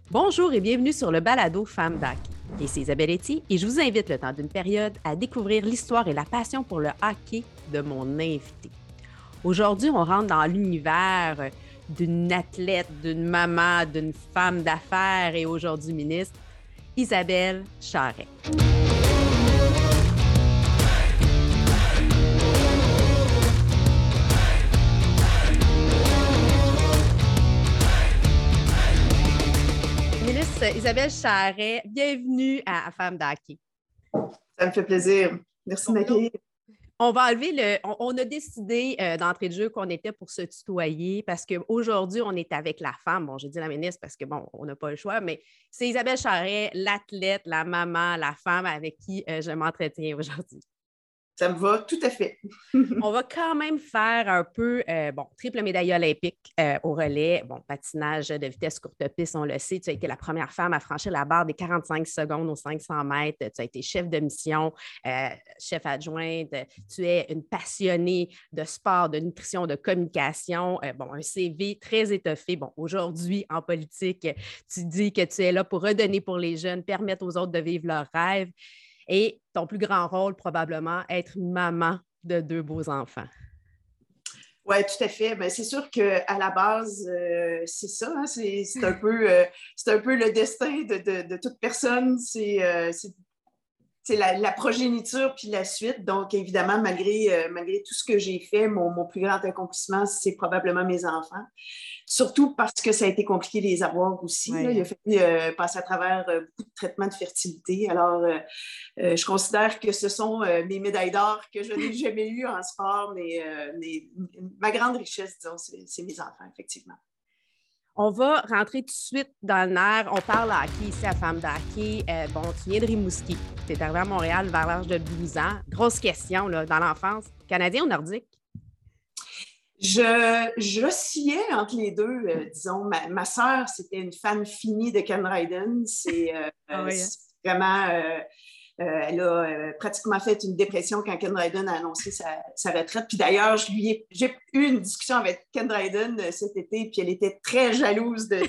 Bonjour et bienvenue sur le balado Femmes d'Hockey. Ici Isabelle Etier et je vous invite le temps d'une période à découvrir l'histoire et la passion pour le hockey de mon invité. Aujourd'hui, on rentre dans l'univers d'une athlète, d'une maman, d'une femme d'affaires et aujourd'hui ministre, Isabelle Charret. Ministre Isabelle Charret, bienvenue à Femmes d'Hockey. Ça me fait plaisir. Merci de m'accueillir. On va enlever on a décidé d'entrée de jeu qu'on était pour se tutoyer parce qu'aujourd'hui, on est avec la femme. Bon, j'ai dit la ministre parce que, bon, on n'a pas le choix, mais c'est Isabelle Charret, l'athlète, la maman, la femme avec qui je m'entretiens aujourd'hui. Ça me va tout à fait. On va quand même faire un peu, triple médaille olympique au relais. Bon, patinage de vitesse courte piste, on le sait. Tu as été la première femme à franchir la barre des 45 secondes aux 500 mètres. Tu as été chef de mission, chef adjointe. Tu es une passionnée de sport, de nutrition, de communication. Un CV très étoffé. Bon, aujourd'hui, en politique, tu dis que tu es là pour redonner pour les jeunes, permettre aux autres de vivre leurs rêves. Et ton plus grand rôle, probablement, être une maman de 2 beaux enfants. Oui, tout à fait. Bien, c'est sûr qu'à la base, c'est ça. Hein? C'est un peu le destin de toute personne. C'est la progéniture puis la suite. Donc, évidemment, malgré tout ce que j'ai fait, mon plus grand accomplissement, c'est probablement mes enfants. Surtout parce que ça a été compliqué de les avoir aussi. Ouais. Là. Il a fallu passer à travers beaucoup de traitements de fertilité. Alors, je considère que ce sont mes médailles d'or que je n'ai jamais eues en sport, mais ma grande richesse, disons, c'est mes enfants, effectivement. On va rentrer tout de suite dans le nerf. On parle hockey ici à Femmes d'Hockey. Tu viens de Rimouski. Tu es arrivé à Montréal vers l'âge de 12 ans. Grosse question là, dans l'enfance. Canadien ou nordique? J'oscillais entre les deux, disons. Ma sœur, c'était une fan finie de Ken Dryden. C'est vraiment... elle a pratiquement fait une dépression quand Ken Dryden a annoncé sa retraite. Puis d'ailleurs, j'ai eu une discussion avec Ken Dryden cet été, puis elle était très jalouse de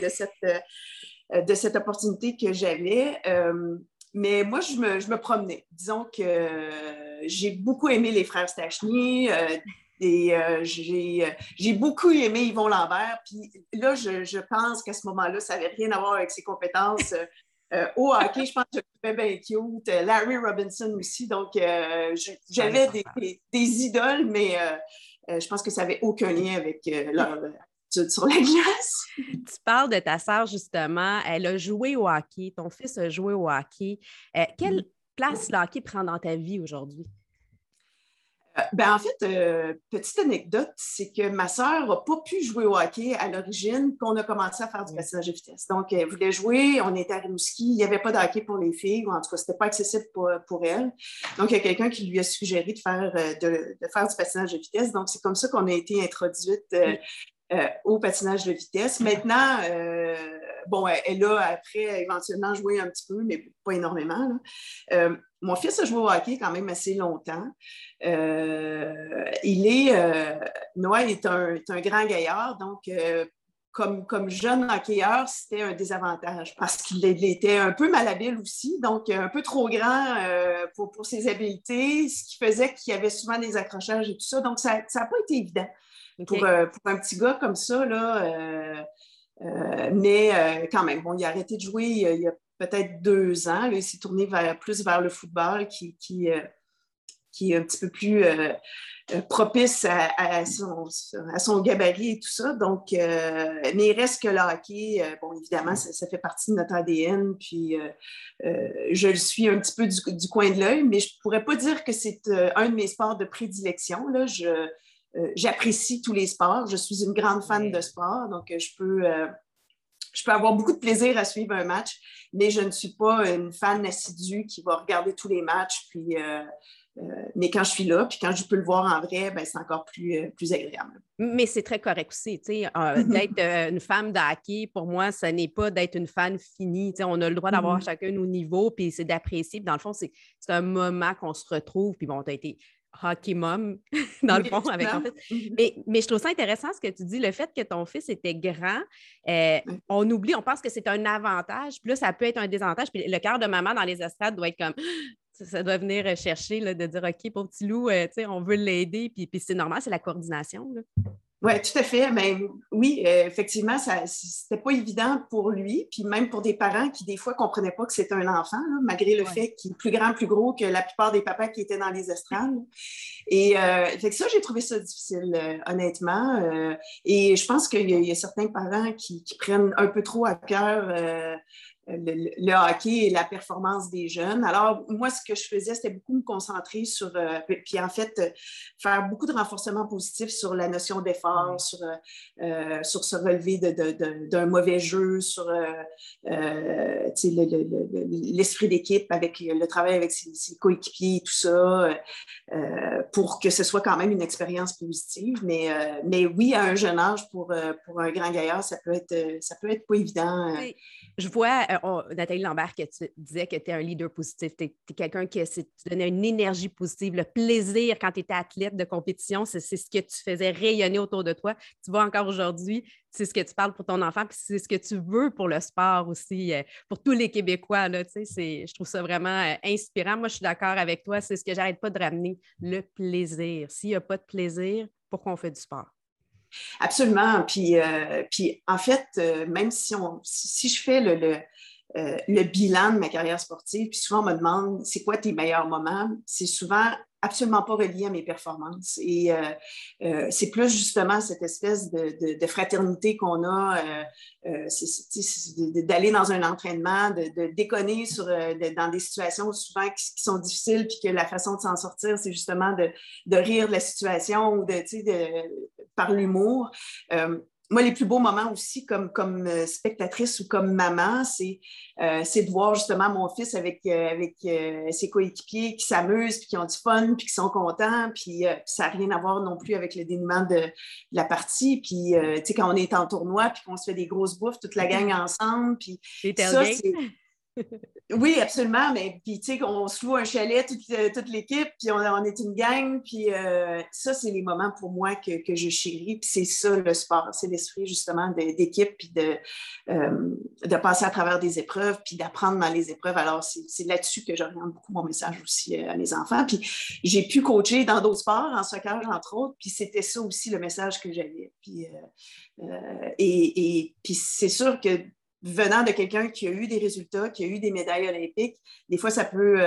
cette opportunité que j'avais. Mais moi, je me promenais. Disons que j'ai beaucoup aimé les frères Stachny. Et j'ai beaucoup aimé Yvon Lambert. Puis là, je pense qu'à ce moment-là, ça n'avait rien à voir avec ses compétences au hockey. Je pense que je trouvais bien cute. Larry Robinson aussi. Donc, j'avais des idoles, mais je pense que ça n'avait aucun lien avec leur attitude sur la glace. Tu parles de ta sœur, justement. Elle a joué au hockey. Ton fils a joué au hockey. Quelle place le hockey prend dans ta vie aujourd'hui? En fait, petite anecdote, c'est que ma sœur n'a pas pu jouer au hockey à l'origine, puis on a commencé à faire du patinage de vitesse. Donc, elle voulait jouer, on était à Rimouski, il n'y avait pas de hockey pour les filles, ou en tout cas, ce n'était pas accessible pour elle. Donc, il y a quelqu'un qui lui a suggéré de faire du patinage de vitesse. Donc, c'est comme ça qu'on a été introduite au patinage de vitesse. Maintenant, elle a après éventuellement joué un petit peu, mais pas énormément. Mon fils a joué au hockey quand même assez longtemps. Noël est un grand gaillard, donc comme jeune hockeyeur, c'était un désavantage parce qu'il était un peu malhabile aussi, donc un peu trop grand pour ses habiletés, ce qui faisait qu'il y avait souvent des accrochages et tout ça. Donc, ça n'a pas été évident. Okay. Pour un petit gars comme ça, là, mais quand même, il a arrêté de jouer il y a peut-être 2 ans. Là, il s'est tourné plus vers le football qui est un petit peu plus propice à son gabarit et tout ça. Donc, mais il reste que le hockey, évidemment, ça fait partie de notre ADN. Puis, je le suis un petit peu du coin de l'œil, mais je ne pourrais pas dire que c'est un de mes sports de prédilection. Là, j'apprécie tous les sports. Je suis une grande fan de sport, donc je peux avoir beaucoup de plaisir à suivre un match, mais je ne suis pas une fan assidue qui va regarder tous les matchs. Puis, mais quand je suis là, puis quand je peux le voir en vrai, c'est encore plus agréable. Mais c'est très correct aussi. D'être une femme de hockey, pour moi, ce n'est pas d'être une fan finie. On a le droit d'avoir chacun nos niveaux, puis c'est d'apprécier. Puis dans le fond, c'est un moment qu'on se retrouve. Puis bon, tu as été hockey mom, dans le Oui, fond, avec ton absolument. fils. Mais je trouve ça intéressant ce que tu dis, le fait que ton fils était grand. Oui. On oublie, on pense que c'est un avantage, puis là, ça peut être un désavantage. Puis le cœur de maman dans les estrades doit être comme ça doit venir chercher, là, de dire OK, pauvre petit loup, on veut l'aider, puis c'est normal, c'est la coordination. Oui, tout à fait. Mais oui, effectivement, c'était pas évident pour lui, puis même pour des parents qui, des fois, comprenaient pas que c'était un enfant, là, malgré le fait qu'il est plus grand, plus gros que la plupart des papas qui étaient dans les estrades. Et fait que ça, j'ai trouvé ça difficile, honnêtement. Et je pense qu'il y a certains parents qui prennent un peu trop à cœur le hockey et la performance des jeunes. Alors, moi, ce que je faisais, c'était beaucoup me concentrer sur, puis en fait, faire beaucoup de renforcement positif sur la notion d'effort, sur se relever d'un mauvais jeu, sur l'esprit d'équipe, avec le travail avec ses coéquipiers et tout ça, pour que ce soit quand même une expérience positive. Mais oui, à un jeune âge, pour un grand gaillard, ça peut être pas évident. Je vois, Nathalie Lambert, que tu disais que tu es un leader positif. Tu es quelqu'un qui tu donnais une énergie positive, le plaisir quand tu étais athlète de compétition, c'est ce que tu faisais rayonner autour de toi. Tu vois encore aujourd'hui, c'est ce que tu parles pour ton enfant, puis c'est ce que tu veux pour le sport aussi, pour tous les Québécois. Là, je trouve ça vraiment inspirant. Moi, je suis d'accord avec toi. C'est ce que j'arrête pas de ramener, le plaisir. S'il n'y a pas de plaisir, pourquoi on fait du sport? Absolument. Puis en fait, même si je fais le bilan de ma carrière sportive, puis souvent on me demande c'est quoi tes meilleurs moments, c'est souvent absolument pas relié à mes performances. Et c'est plus justement cette espèce de fraternité qu'on a, d'aller dans un entraînement, de déconner dans des situations souvent qui sont difficiles, puis que la façon de s'en sortir, c'est justement de rire de la situation ou par l'humour. Moi, les plus beaux moments aussi, comme spectatrice ou comme maman, c'est de voir justement mon fils avec ses coéquipiers qui s'amusent, puis qui ont du fun, puis qui sont contents, puis ça n'a rien à voir non plus avec le dénouement de la partie. Puis, tu sais, quand on est en tournoi, puis qu'on se fait des grosses bouffes, toute la gang ensemble, puis ça, c'est... Oui, absolument, mais puis tu sais, on se loue un chalet, toute l'équipe, puis on est une gang, puis ça, c'est les moments pour moi que je chéris, puis c'est ça le sport, c'est l'esprit justement d'équipe, puis de passer à travers des épreuves, puis d'apprendre dans les épreuves. Alors, c'est là-dessus que j'oriente beaucoup mon message aussi à mes enfants. Puis j'ai pu coacher dans d'autres sports, en soccer entre autres, puis c'était ça aussi le message que j'avais. Puis, puis c'est sûr que venant de quelqu'un qui a eu des résultats, qui a eu des médailles olympiques, des fois, ça peut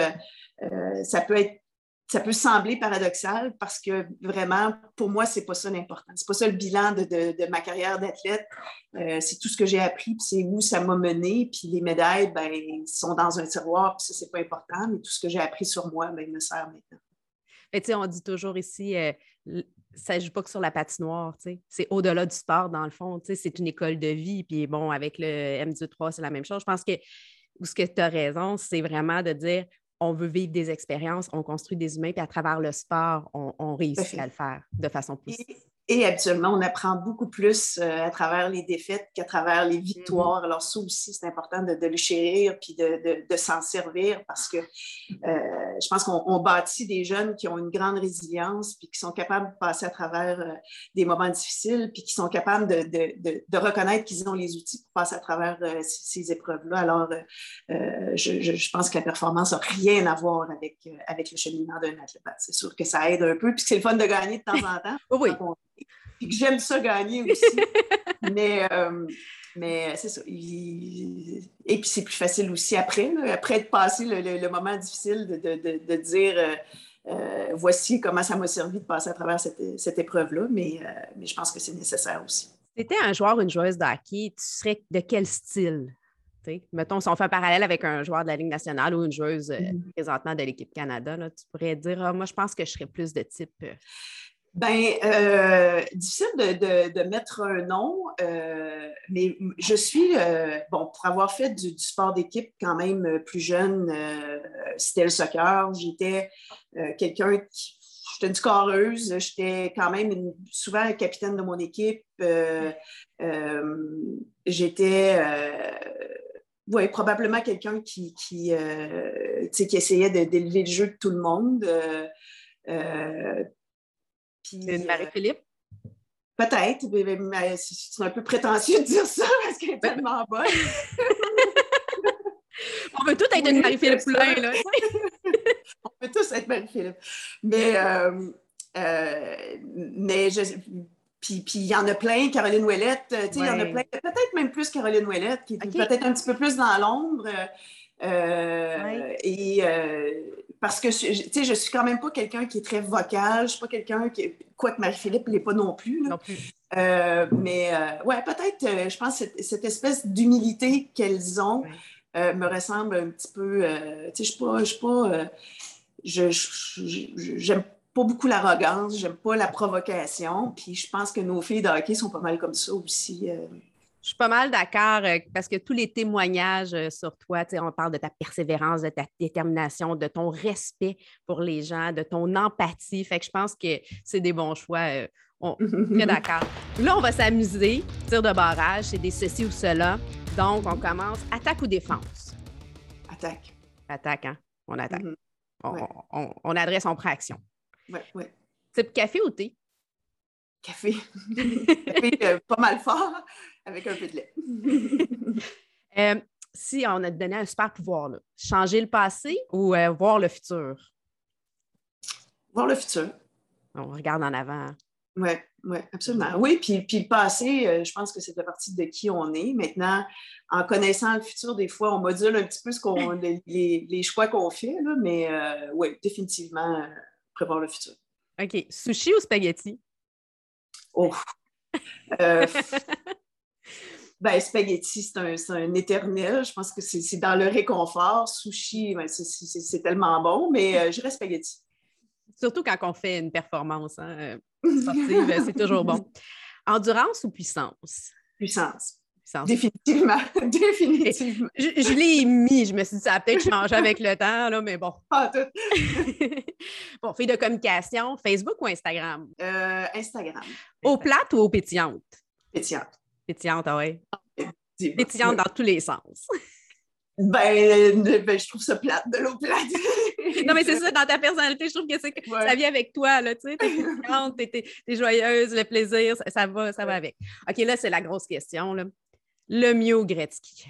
sembler paradoxal parce que vraiment, pour moi, c'est pas ça l'important. C'est pas ça le bilan de ma carrière d'athlète. C'est tout ce que j'ai appris, puis c'est où ça m'a mené. Puis les médailles, ben, sont dans un tiroir, puis ça, c'est pas important, mais tout ce que j'ai appris sur moi, ben, il me sert maintenant. Mais on dit toujours ici, ça ne joue pas que sur la patinoire. C'est au-delà du sport, dans le fond. C'est une école de vie. Puis bon, avec le M23, c'est la même chose. Je pense que ce que tu as raison, c'est vraiment de dire on veut vivre des expériences, on construit des humains, puis à travers le sport, on réussit à le faire de façon positive. Et habituellement, on apprend beaucoup plus à travers les défaites qu'à travers les victoires. Alors ça aussi, c'est important de le chérir puis de s'en servir parce que je pense qu'on bâtit des jeunes qui ont une grande résilience puis qui sont capables de passer à travers des moments difficiles puis qui sont capables de reconnaître qu'ils ont les outils pour passer à travers ces épreuves-là. Alors, je pense que la performance n'a rien à voir avec le cheminement d'un athlète. C'est sûr que ça aide un peu puis que c'est le fun de gagner de temps en temps. Oui. Puis que j'aime ça gagner aussi. mais c'est ça. Et puis, c'est plus facile aussi après de passer le moment difficile de dire voici comment ça m'a servi de passer à travers cette épreuve-là. Mais je pense que c'est nécessaire aussi. Si tu étais un joueur ou une joueuse de hockey, tu serais de quel style? T'sais, mettons, si on fait un parallèle avec un joueur de la Ligue nationale ou une joueuse présentement de l'Équipe Canada, là, tu pourrais dire moi, je pense que je serais plus de type. Difficile de mettre un nom, mais je suis, pour avoir fait du sport d'équipe quand même plus jeune, c'était le soccer. J'étais j'étais une scoreuse, j'étais quand même souvent capitaine de mon équipe. J'étais probablement quelqu'un qui essayait d'élever le jeu de tout le monde. Une Marie-Philippe? Peut-être, mais c'est un peu prétentieux de dire ça parce qu'elle est tellement bonne. On veut tous être une Marie-Philippe Poulain, là. On peut tous être Marie-Philippe. Mais puis il y en a plein, Caroline Ouellette, il y en a plein, peut-être même plus Caroline Ouellette, qui est peut-être un petit peu plus dans l'ombre. Parce que je suis quand même pas quelqu'un qui est très vocal, je suis pas quelqu'un qui, quoique Marie-Philippe ne l'est pas non plus. Là. Non plus. Ouais, peut-être, je pense, cette espèce d'humilité qu'elles ont me ressemble un petit peu. Je suis pas j'aime pas beaucoup l'arrogance, j'aime pas la provocation, puis je pense que nos filles de hockey sont pas mal comme ça aussi. Je suis pas mal d'accord parce que tous les témoignages sur toi, on parle de ta persévérance, de ta détermination, de ton respect pour les gens, de ton empathie. Fait que je pense que c'est des bons choix. Très d'accord. Là, on va s'amuser. Tir de barrage, c'est des ceci ou cela. Donc, on commence. Attaque ou défense? Attaque. Attaque, hein? On attaque. Ouais. On adresse, on prend action. Oui. Type café ou thé? Café. Café pas mal fort, avec un peu de lait. Si on a donné un super pouvoir, là, changer le passé ou voir le futur? Voir le futur. On regarde en avant. Oui, absolument. Oui, puis le passé, je pense que c'est la partie de qui on est. Maintenant, en connaissant le futur, des fois, on module un petit peu les choix qu'on fait, là, mais oui, définitivement, prévoir le futur. OK. Sushi ou spaghetti? Oh! Spaghetti, c'est un éternel. Je pense que c'est dans le réconfort. Sushi, c'est tellement bon, mais je reste spaghetti. Surtout quand on fait une performance sportive, c'est toujours bon. Endurance ou puissance? Puissance. Puissance. Définitivement. Je l'ai mis. Je me suis dit, ça a peut-être changé avec le temps, là, mais bon. Pas tout. Bon, fille de communication, Facebook ou Instagram? Instagram. Eau plate ou eau pétillante? Pétillante. Pétillante, ah oui. Pétillante dans tous les sens. Je trouve ça plate, de l'eau plate. Non, mais c'est ça, dans ta personnalité, je trouve que ça vient avec toi, là, tu sais, t'es pétillante, t'es joyeuse, le plaisir, ça va avec. OK, là, c'est la grosse question, là. Le mieux au Gretzky?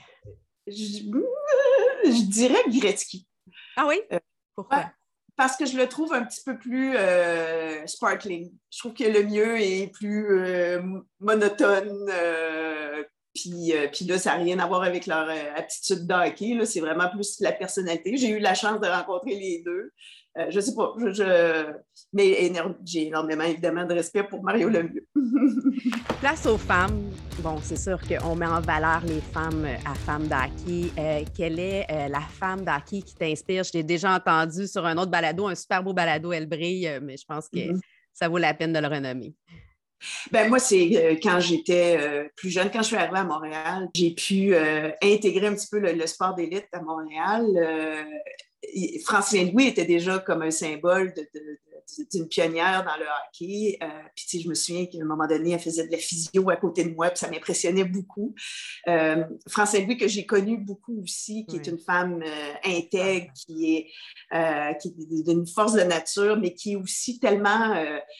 Je dirais Gretzky. Ah oui? Pourquoi? Parce que je le trouve un petit peu plus sparkling. Je trouve que le mieux est plus monotone. Puis là, ça n'a rien à voir avec leur aptitude de hockey. Là. C'est vraiment plus la personnalité. J'ai eu la chance de rencontrer les deux. Je ne sais pas. Mais j'ai énormément, évidemment, de respect pour Mario Lemieux. Place aux femmes. Bon, c'est sûr qu'on met en valeur les femmes à femmes d'hockey. Quelle est la femme d'hockey qui t'inspire? Je l'ai déjà entendu sur un autre balado, un super beau balado, Elle brille, mais je pense que ça vaut la peine de le renommer. Moi, c'est quand j'étais plus jeune, quand je suis arrivée à Montréal, j'ai pu intégrer un petit peu le sport d'élite à Montréal. Francine Louis était déjà comme un symbole d'une pionnière dans le hockey. Puis, je me souviens qu'à un moment donné, elle faisait de la physio à côté de moi, puis ça m'impressionnait beaucoup. Francine Louis, que j'ai connue beaucoup aussi, qui est une femme intègre, qui est d'une force de nature, mais qui est aussi tellement...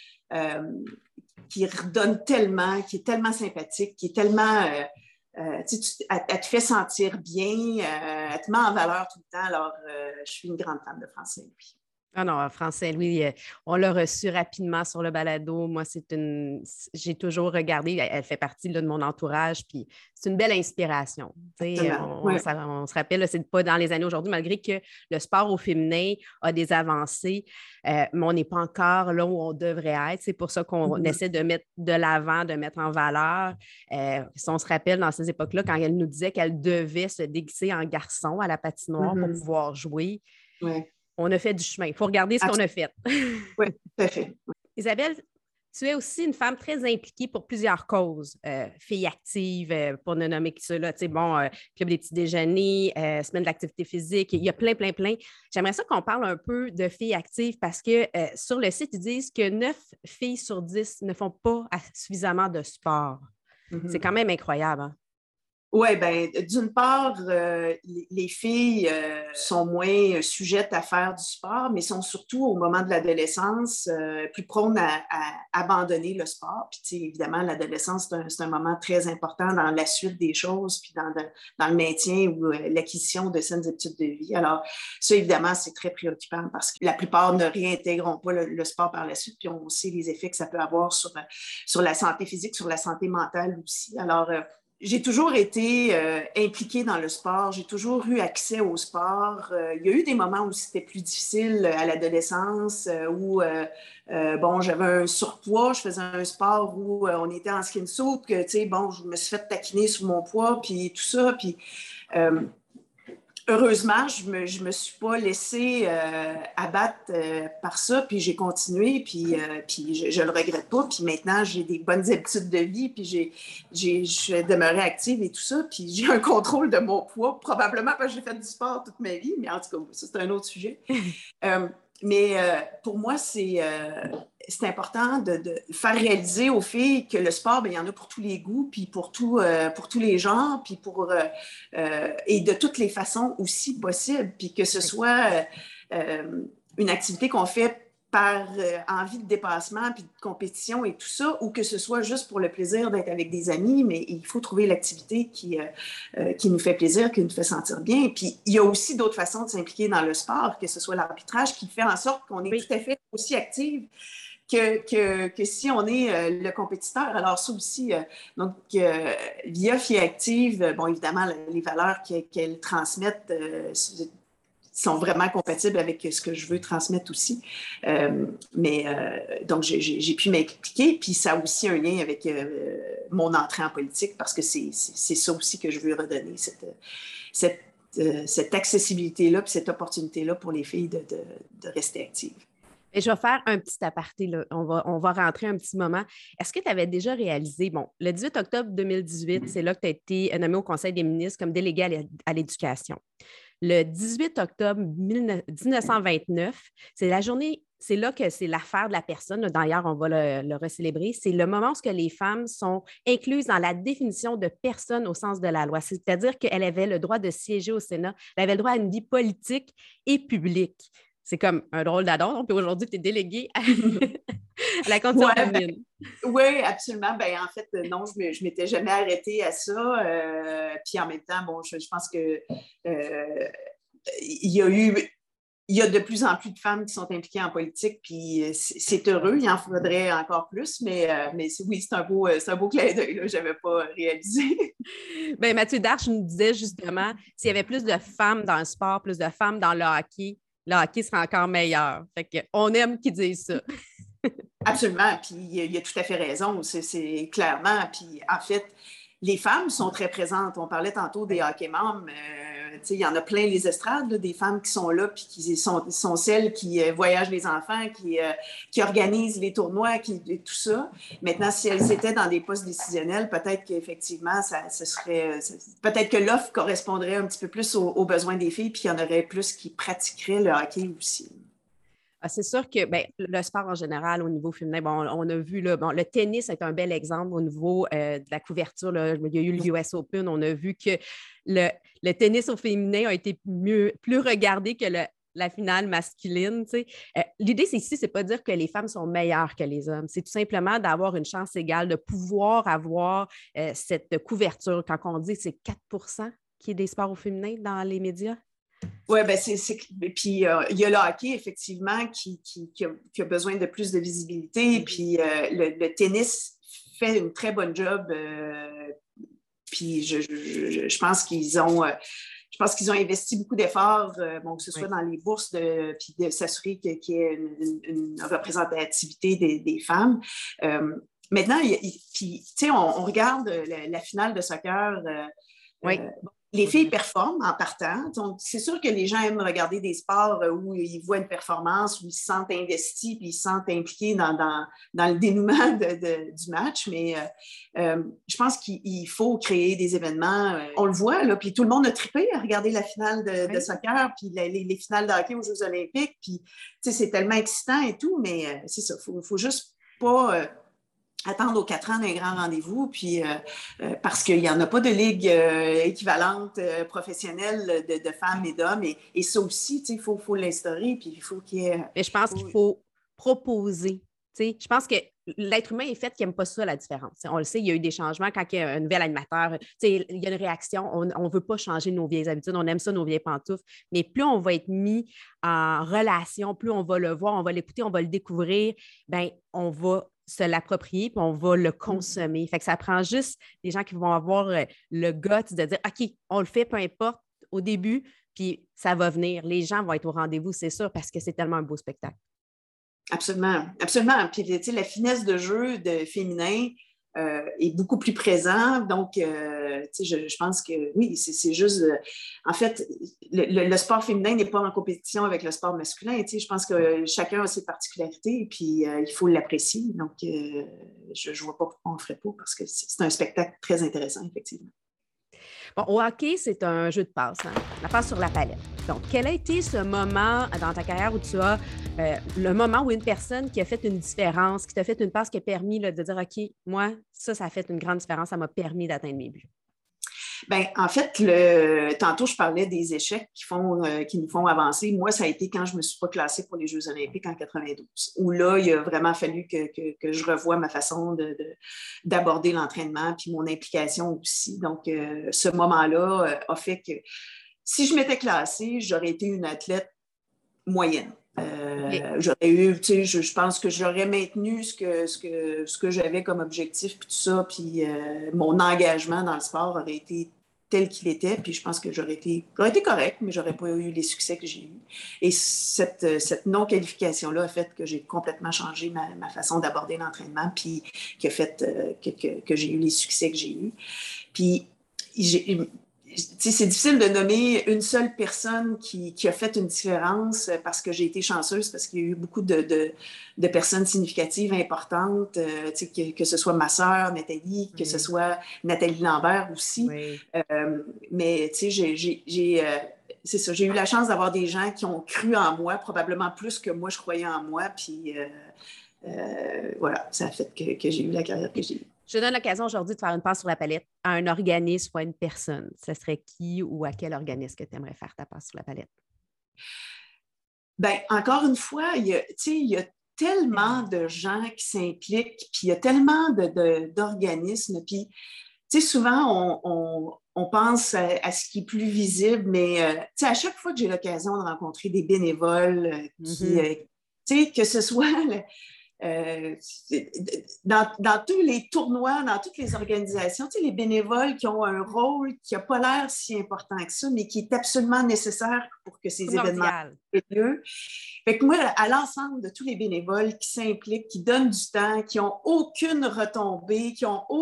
qui redonne tellement, qui est tellement sympathique, qui est tellement... elle te fait sentir bien, elle te met en valeur tout le temps. Alors, je suis une grande fan de Francine Louis. Ah non, France Saint-Louis, on l'a reçu rapidement sur le balado. Moi, j'ai toujours regardé, elle fait partie là, de mon entourage, puis c'est une belle inspiration. On se rappelle, c'est pas dans les années aujourd'hui, malgré que le sport au féminin a des avancées, mais on n'est pas encore là où on devrait être. C'est pour ça qu'on essaie de mettre de l'avant, de mettre en valeur. Si on se rappelle dans ces époques-là, quand elle nous disait qu'elle devait se déguiser en garçon à la patinoire pour pouvoir jouer. Ouais. On a fait du chemin. Il faut regarder ce qu'on a fait. Oui, tout à fait. Isabelle, tu es aussi une femme très impliquée pour plusieurs causes. Filles actives, pour ne nommer que cela. Club des petits déjeuners, semaine de l'activité physique. Il y a plein. J'aimerais ça qu'on parle un peu de filles actives parce que sur le site, ils disent que 9 filles sur 10 ne font pas suffisamment de sport. C'est quand même incroyable. Hein? Oui, bien, d'une part, les filles sont moins sujettes à faire du sport, mais sont surtout au moment de l'adolescence plus prônes à abandonner le sport. Puis, tu sais, évidemment, l'adolescence, c'est un moment très important dans la suite des choses, puis dans le maintien ou l'acquisition de saines habitudes de vie. Alors, ça, évidemment, c'est très préoccupant parce que la plupart ne réintégreront pas le sport par la suite, puis on sait les effets que ça peut avoir sur la santé physique, sur la santé mentale aussi. Alors, j'ai toujours été impliquée dans le sport. J'ai toujours eu accès au sport. Il y a eu des moments où c'était plus difficile à l'adolescence, où bon, j'avais un surpoids. Je faisais un sport où on était en skin suit, que tu sais, bon, je me suis fait taquiner sur mon poids, puis tout ça. Puis heureusement, je me suis pas laissée abattre par ça, puis j'ai continué, puis je le regrette pas. Puis maintenant, j'ai des bonnes habitudes de vie, puis je suis demeurée active et tout ça, puis j'ai un contrôle de mon poids, probablement parce que j'ai fait du sport toute ma vie, mais en tout cas, ça, c'est un autre sujet. Mais pour moi, c'est important de faire réaliser aux filles que le sport, bien, il y en a pour tous les goûts, puis pour tous les genres, puis et de toutes les façons aussi possibles, puis que ce soit une activité qu'on fait par envie de dépassement, puis de compétition et tout ça, ou que ce soit juste pour le plaisir d'être avec des amis, mais il faut trouver l'activité qui nous fait plaisir, qui nous fait sentir bien. Puis il y a aussi d'autres façons de s'impliquer dans le sport, que ce soit l'arbitrage, qui fait en sorte qu'on est tout à fait aussi active que si on est le compétiteur. Alors ça aussi, donc l'IA qui est active, bon, évidemment, les valeurs qu'elle transmettent sont vraiment compatibles avec ce que je veux transmettre aussi. Donc, j'ai pu m'impliquer, puis ça a aussi un lien avec mon entrée en politique, parce que c'est ça aussi que je veux redonner, cette accessibilité-là, puis cette opportunité-là pour les filles de rester actives. Et je vais faire un petit aparté, là. On va rentrer un petit moment. Est-ce que tu avais déjà réalisé, bon, le 18 octobre 2018, c'est là que tu as été nommé au Conseil des ministres comme délégué à l'éducation. Le 18 octobre 1929, c'est la journée, c'est là que c'est l'affaire de la personne. D'ailleurs, on va le recélébrer. C'est le moment où les femmes sont incluses dans la définition de personne au sens de la loi. C'est-à-dire qu'elle avait le droit de siéger au Sénat, elle avait le droit à une vie politique et publique. C'est comme un drôle d'adon. Puis aujourd'hui, tu es déléguée à la condition féminine. Oui, absolument. Ben, en fait, non, je m'étais jamais arrêtée à ça. Puis en même temps, bon, je pense que il y a de plus en plus de femmes qui sont impliquées en politique, puis c'est heureux. Il en faudrait encore plus, mais oui, c'est un beau clin d'œil. Je n'avais pas réalisé. Bien, Mathieu Darche nous disait justement, s'il y avait plus de femmes dans le sport, plus de femmes dans le hockey serait encore meilleur. Fait qu'on aime qu'ils disent ça. Absolument. Puis il a tout à fait raison. C'est clairement. Puis en fait, les femmes sont très présentes. On parlait tantôt des hockey moms. Il y en a plein les estrades, là, des femmes qui sont là, puis qui sont celles qui voyagent les enfants, qui organisent les tournois, tout ça. Maintenant, si elles étaient dans des postes décisionnels, peut-être qu'effectivement, peut-être que l'offre correspondrait un petit peu plus aux besoins des filles, puis il y en aurait plus qui pratiqueraient le hockey aussi. C'est sûr que le sport en général, au niveau féminin, bon, on a vu, là, bon, le tennis est un bel exemple au niveau de la couverture. Là. Il y a eu l'US Open. On a vu que le tennis au féminin a été plus regardé que la finale masculine. L'idée, c'est pas de dire que les femmes sont meilleures que les hommes. C'est tout simplement d'avoir une chance égale, de pouvoir avoir cette couverture. Quand on dit que c'est 4% qui est des sports au féminin dans les médias. Oui, bien, puis il y a le hockey, effectivement, qui a besoin de plus de visibilité. Puis le tennis fait une très bonne job. Puis je pense qu'ils ont. Je pense qu'ils ont investi beaucoup d'efforts, bon, que ce soit dans les bourses, puis de s'assurer qu'il y ait une représentativité des femmes. Maintenant, puis, tu sais, on regarde la finale de soccer. Les filles performent en partant. Donc, c'est sûr que les gens aiment regarder des sports où ils voient une performance, où ils se sentent investis, puis ils se sentent impliqués dans le dénouement du match. Mais je pense qu'il faut créer des événements. On le voit, là, puis tout le monde a trippé à regarder la finale de soccer, puis les finales de hockey aux Jeux olympiques. Puis, tu sais, c'est tellement excitant et tout, mais c'est ça. Faut juste pas attendre aux 4 ans d'un grand rendez-vous, puis parce qu'il n'y en a pas de ligue équivalente professionnelle de femmes et d'hommes. Et ça aussi, il faut l'instaurer, puis il faut qu'il y ait... Mais je pense qu'il faut proposer. T'sais, je pense que l'être humain est fait qu'il n'aime pas ça, la différence. T'sais, on le sait, il y a eu des changements quand il y a un nouvel animateur. Il y a une réaction. On ne veut pas changer nos vieilles habitudes. On aime ça, nos vieilles pantoufles. Mais plus on va être mis en relation, plus on va le voir, on va l'écouter, on va le découvrir, ben on va se l'approprier puis on va le consommer. Fait que ça prend juste des gens qui vont avoir le guts de dire OK, on le fait, peu importe, au début, puis ça va venir. Les gens vont être au rendez-vous, c'est sûr, parce que c'est tellement un beau spectacle. Absolument, absolument. Puis, la finesse de jeu de féminin est beaucoup plus présente. Donc, je pense que oui, c'est juste... en fait, le sport féminin n'est pas en compétition avec le sport masculin. Je pense que chacun a ses particularités et puis il faut l'apprécier. Donc, je ne vois pas pourquoi on ne le ferait pas parce que c'est un spectacle très intéressant, effectivement. Bon, au hockey, c'est un jeu de passe, hein? La passe sur la palette. Donc, quel a été ce moment dans ta carrière où tu as le moment où une personne qui a fait une différence, qui t'a fait une passe qui a permis là, de dire OK, moi, ça a fait une grande différence, ça m'a permis d'atteindre mes buts? Bien, en fait, tantôt, je parlais des échecs qui nous font avancer. Moi, ça a été quand je ne me suis pas classée pour les Jeux olympiques en 92, où là, il a vraiment fallu que je revoie ma façon d'aborder l'entraînement, puis mon implication aussi. Donc, ce moment-là a fait que si je m'étais classée, j'aurais été une athlète moyenne. J'aurais eu, je pense que j'aurais maintenu ce que j'avais comme objectif, puis tout ça, puis mon engagement dans le sport aurait été tel qu'il était, puis je pense que j'aurais été correcte, mais j'aurais pas eu les succès que j'ai eus. Et cette non-qualification-là a fait que j'ai complètement changé ma façon d'aborder l'entraînement, puis qui a fait que j'ai eu les succès que j'ai eus. Puis c'est difficile de nommer une seule personne qui a fait une différence parce que j'ai été chanceuse, parce qu'il y a eu beaucoup de personnes significatives, importantes, que ce soit ma sœur, Nathalie, que ce soit Nathalie Lambert aussi. Oui. Mais c'est ça, j'ai eu la chance d'avoir des gens qui ont cru en moi, probablement plus que moi je croyais en moi, puis voilà, ça a fait que j'ai eu la carrière que j'ai eue. Je te donne l'occasion aujourd'hui de faire une passe sur la palette à un organisme ou à une personne. Ce serait qui ou à quel organisme que tu aimerais faire ta passe sur la palette? Bien, encore une fois, il y a tellement de gens qui s'impliquent, puis il y a tellement d'organismes. Puis, souvent, on pense à ce qui est plus visible, mais à chaque fois que j'ai l'occasion de rencontrer des bénévoles que ce soit... dans tous les tournois, dans toutes les organisations, les bénévoles qui ont un rôle qui n'a pas l'air si important que ça, mais qui est absolument nécessaire pour que ces événements aient lieu. Fait que moi, à l'ensemble de tous les bénévoles qui s'impliquent, qui donnent du temps, qui n'ont aucune retombée, qui n'ont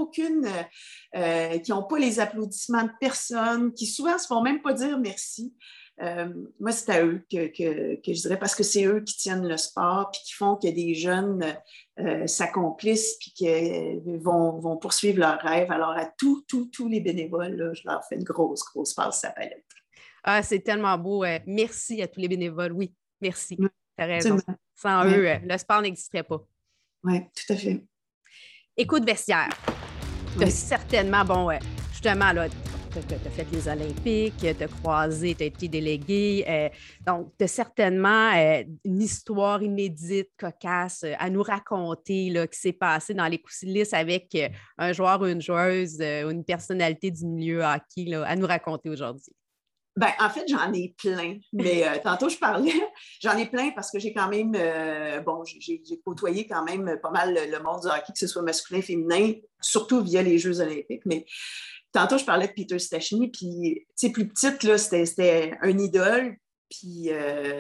pas les applaudissements de personne, qui souvent ne se font même pas dire merci. Moi, c'est à eux que je dirais, parce que c'est eux qui tiennent le sport puis qui font que des jeunes s'accomplissent puis qu'ils vont poursuivre leurs rêves. Alors, à tous les bénévoles, là, je leur fais une grosse passe à la palette. Ah, c'est tellement beau. Merci à tous les bénévoles. Oui, merci. Tu as raison. Sans eux, le sport n'existerait pas. Oui, tout à fait. Écoute, vestiaire. Tu as certainement, justement, là, tu as fait les Olympiques, tu as croisé, tu as été délégué. Donc, tu as certainement une histoire inédite, cocasse à nous raconter là, qui s'est passée dans les coulisses avec un joueur ou une joueuse ou une personnalité du milieu hockey là, à nous raconter aujourd'hui. Ben, en fait, j'en ai plein, mais tantôt je parlais, j'en ai plein parce que j'ai quand même, j'ai côtoyé quand même pas mal le monde du hockey, que ce soit masculin, féminin, surtout via les Jeux olympiques, mais tantôt je parlais de Peter Stachny, puis, tu sais, plus petite, là, c'était un idole, puis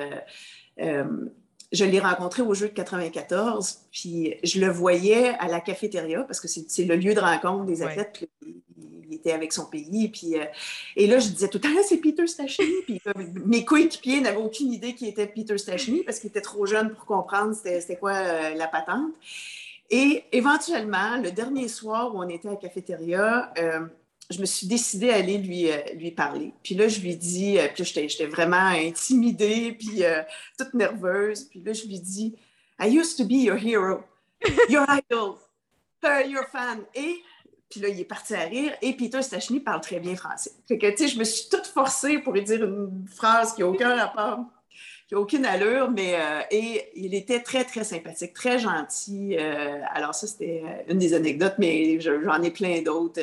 je l'ai rencontré aux Jeux de 94, puis je le voyais à la cafétéria, parce que c'est le lieu de rencontre des athlètes, puis il était avec son pays, puis et là, je disais tout le temps, c'est Peter Stachny, puis mes coéquipiers n'avaient aucune idée qui était Peter Stachny, parce qu'il était trop jeune pour comprendre c'était quoi la patente. Et éventuellement, le dernier soir où on était à la cafétéria, je me suis décidée à aller lui parler. Puis là, je lui dis, puis j'étais vraiment intimidée, puis toute nerveuse. Puis là, je lui dis, I used to be your hero, your idol. You're fan. Et puis là, il est parti à rire. Et Peter Stachny parle très bien français. Fait que, tu sais, je me suis toute forcée pour lui dire une phrase qui n'a aucun rapport, qui n'a aucune allure, mais et il était très, très sympathique, très gentil. Alors ça, c'était une des anecdotes, mais j'en ai plein d'autres.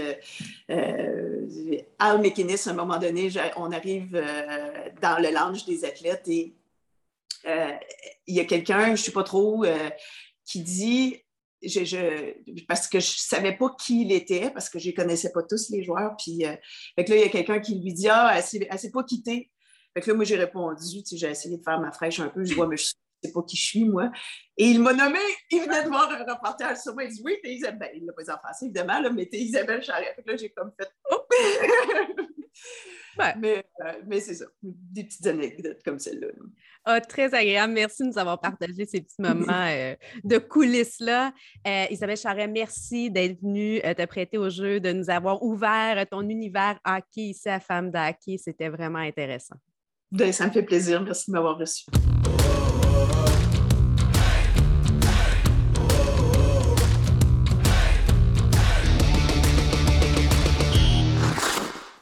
Al McInnes, à un moment donné, on arrive dans le lounge des athlètes et il y a quelqu'un, je ne sais pas trop, qui dit... parce que je ne savais pas qui il était, parce que je ne connaissais pas tous les joueurs. Puis fait que là, il y a quelqu'un qui lui dit « Ah, elle ne s'est pas quittée. » Fait que là, moi, j'ai répondu, j'ai essayé de faire ma fraîche un peu. Je dis « Ouais, mais je ne sais pas qui je suis, moi. » Et il m'a nommé, il venait de voir un reportage sur moi. Il dit « Oui, t'es Isabelle. » Ben, il ne l'a pas dit en français, évidemment, là, mais t'es Isabelle Charret. Fait que là, j'ai comme fait « Oh! » Ouais. Mais c'est ça, des petites anecdotes comme celle-là. Ah, très agréable. Merci de nous avoir partagé ces petits moments de coulisses-là. Isabelle Charret, merci d'être venue te prêter au jeu, de nous avoir ouvert ton univers hockey ici à Femmes de hockey. C'était vraiment intéressant. Ben, ça me fait plaisir. Merci de m'avoir reçu.